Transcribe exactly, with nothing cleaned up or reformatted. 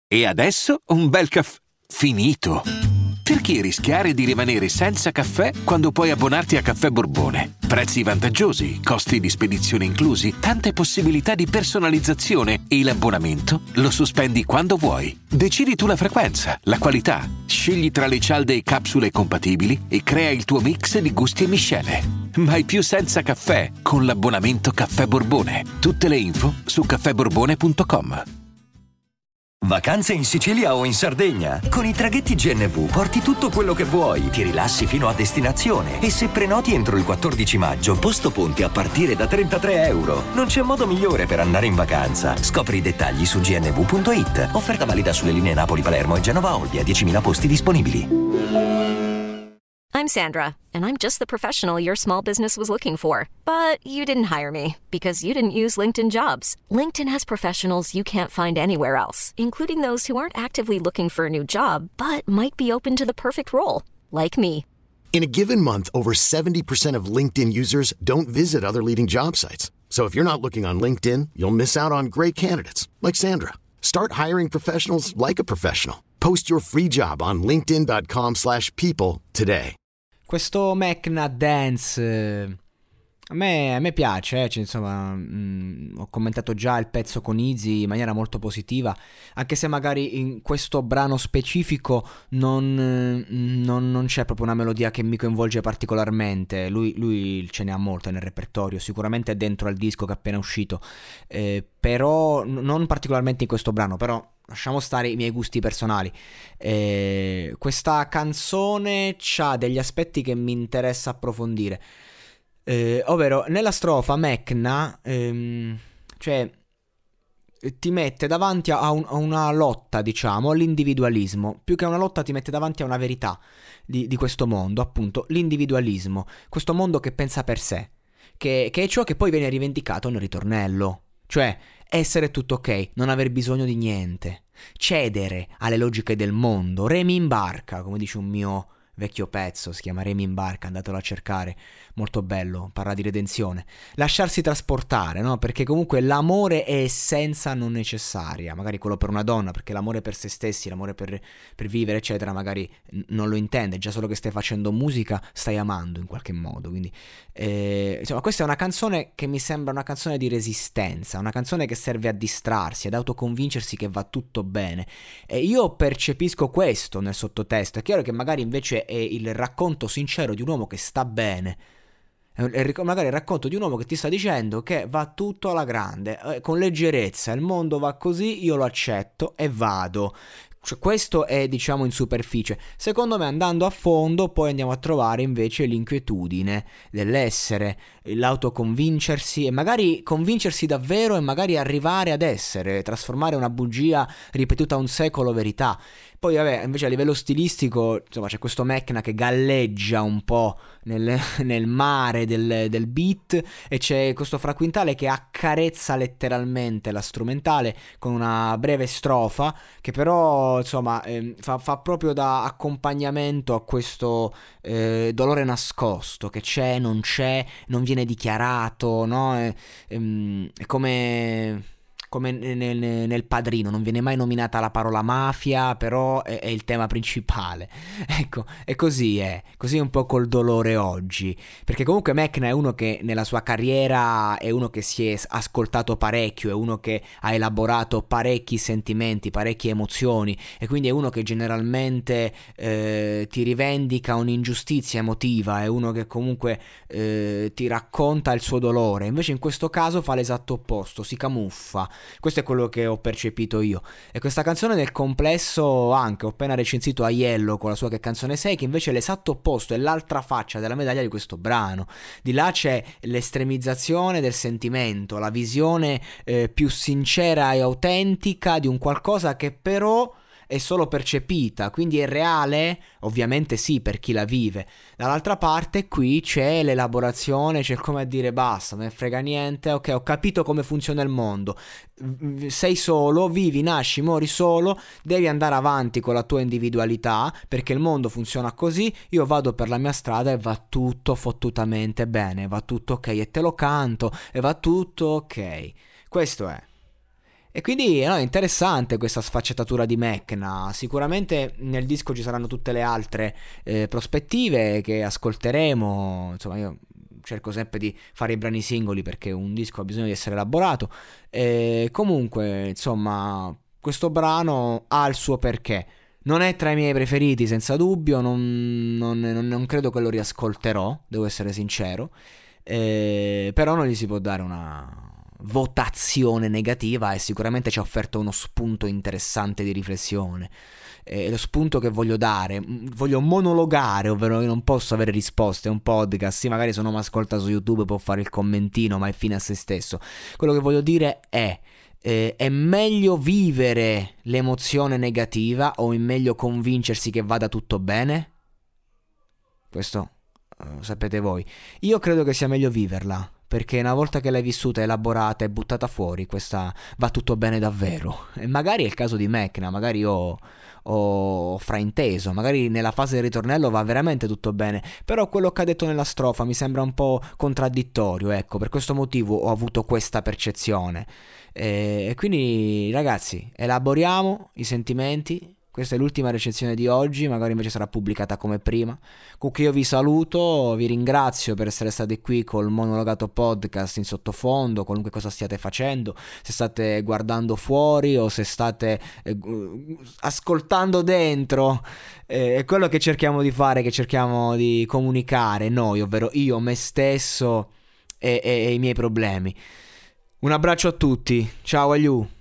E adesso un bel caffè finito. Perché rischiare di rimanere senza caffè quando puoi abbonarti a Caffè Borbone? Prezzi vantaggiosi, costi di spedizione inclusi, tante possibilità di personalizzazione e l'abbonamento lo sospendi quando vuoi. Decidi tu la frequenza, la qualità, scegli tra le cialde e capsule compatibili e crea il tuo mix di gusti e miscele. Mai più senza caffè con l'abbonamento Caffè Borbone. Tutte le info su caffè borbone punto com. Vacanze in Sicilia o in Sardegna? Con i traghetti G N V porti tutto quello che vuoi, ti rilassi fino a destinazione e se prenoti entro il quattordici maggio, posto ponti a partire da trentatré euro. Non c'è modo migliore per andare in vacanza. Scopri i dettagli su g n v punto i t. Offerta valida sulle linee Napoli-Palermo e Genova-Olbia, diecimila posti disponibili. I'm Sandra, and I'm just the professional your small business was looking for. But you didn't hire me because you didn't use LinkedIn Jobs. LinkedIn has professionals you can't find anywhere else, including those who aren't actively looking for a new job, but might be open to the perfect role, like me. In a given month, over seventy percent of LinkedIn users don't visit other leading job sites. So if you're not looking on LinkedIn, you'll miss out on great candidates, like Sandra. Start hiring professionals like a professional. Post your free job on linkedin dot com slash people today. Questo Mecna Dance eh, a me, a me piace, eh, cioè, insomma mh, ho commentato già il pezzo con Izzy in maniera molto positiva, anche se magari in questo brano specifico non, non, non c'è proprio una melodia che mi coinvolge particolarmente. Lui, lui ce ne ha molte nel repertorio, sicuramente è dentro al disco che è appena uscito, eh, però n- non particolarmente in questo brano, però lasciamo stare i miei gusti personali. Eh, questa canzone ha degli aspetti che mi interessa approfondire, eh, ovvero nella strofa Mecna ehm, cioè ti mette davanti a, un, a una lotta, diciamo, all'individualismo. Più che una lotta ti mette davanti a una verità di, di questo mondo, appunto l'individualismo, questo mondo che pensa per sé, che, che è ciò che poi viene rivendicato nel ritornello, cioè essere tutto ok, non aver bisogno di niente, cedere alle logiche del mondo, remi in barca, come dice un mio vecchio pezzo, si chiama Remi in barca, andatelo a cercare, molto bello, parla di redenzione, lasciarsi trasportare, no? Perché comunque l'amore è essenza non necessaria, magari quello per una donna, perché l'amore per se stessi, l'amore per, per vivere eccetera magari n- non lo intende, già solo che stai facendo musica stai amando in qualche modo, quindi eh, insomma questa è una canzone che mi sembra una canzone di resistenza, una canzone che serve a distrarsi, ad autoconvincersi che va tutto bene, e io percepisco questo nel sottotesto. È chiaro che magari invece è il racconto sincero di un uomo che sta bene, è magari il racconto di un uomo che ti sta dicendo che va tutto alla grande, eh, con leggerezza, il mondo va così, io lo accetto e vado. Cioè, questo è, diciamo, in superficie. Secondo me, andando a fondo, poi andiamo a trovare invece l'inquietudine dell'essere, l'autoconvincersi e magari convincersi davvero e magari arrivare ad essere, trasformare una bugia ripetuta un secolo verità. Poi vabbè, invece a livello stilistico, insomma, c'è questo Mecna che galleggia un po' nel, nel mare del, del beat, e c'è questo Fra Quintale che accarezza letteralmente la strumentale con una breve strofa che però insomma eh, fa, fa proprio da accompagnamento a questo eh, dolore nascosto che c'è, non c'è, non viene dichiarato, no? È, è, è come... come nel, nel Padrino, non viene mai nominata la parola mafia, però è, è il tema principale. Ecco, e così è, così è un po' col dolore oggi, perché comunque Mecna è uno che nella sua carriera è uno che si è ascoltato parecchio, è uno che ha elaborato parecchi sentimenti, parecchie emozioni, e quindi è uno che generalmente eh, ti rivendica un'ingiustizia emotiva, è uno che comunque eh, ti racconta il suo dolore. Invece in questo caso fa l'esatto opposto, si camuffa. Questo è quello che ho percepito io. E questa canzone nel complesso, anche ho appena recensito Aiello con la sua Che canzone sei, che invece è l'esatto opposto, è l'altra faccia della medaglia di questo brano. Di là c'è l'estremizzazione del sentimento, la visione eh, più sincera e autentica di un qualcosa che però è solo percepita, quindi è reale? Ovviamente sì, per chi la vive. Dall'altra parte qui c'è l'elaborazione, c'è come a dire basta, me ne frega niente, ok, ho capito come funziona il mondo, sei solo, vivi, nasci, mori solo, devi andare avanti con la tua individualità, perché il mondo funziona così, io vado per la mia strada e va tutto fottutamente bene, va tutto ok, e te lo canto, e va tutto ok. Questo è. E quindi no, è interessante questa sfaccettatura di Mecna. Sicuramente nel disco ci saranno tutte le altre eh, prospettive che ascolteremo. Insomma, io cerco sempre di fare i brani singoli perché un disco ha bisogno di essere elaborato. E comunque, insomma, questo brano ha il suo perché. Non è tra i miei preferiti, senza dubbio. Non, non, non, non credo che lo riascolterò, devo essere sincero. Eh, però non gli si può dare una votazione negativa, e sicuramente ci ha offerto uno spunto interessante di riflessione. E lo spunto che voglio dare, voglio monologare, ovvero io non posso avere risposte, è un podcast, sì, magari se uno mi ascolta su YouTube può fare il commentino, ma è fine a se stesso. Quello che voglio dire è eh, è meglio vivere l'emozione negativa o è meglio convincersi che vada tutto bene? Questo uh, sapete voi. Io credo che sia meglio viverla, perché una volta che l'hai vissuta, elaborata e buttata fuori, questa va tutto bene davvero. E magari è il caso di Mecna, magari ho, ho frainteso, magari nella fase del ritornello va veramente tutto bene, però quello che ha detto nella strofa mi sembra un po' contraddittorio, ecco, per questo motivo ho avuto questa percezione. E, e quindi ragazzi, elaboriamo i sentimenti. Questa è l'ultima recensione di oggi, magari invece sarà pubblicata come prima. Comunque io vi saluto, vi ringrazio per essere stati qui col Monologato Podcast in sottofondo, qualunque cosa stiate facendo, se state guardando fuori o se state eh, ascoltando dentro. Eh, è quello che cerchiamo di fare, che cerchiamo di comunicare noi, ovvero io, me stesso e, e, e i miei problemi. Un abbraccio a tutti, ciao Aliu.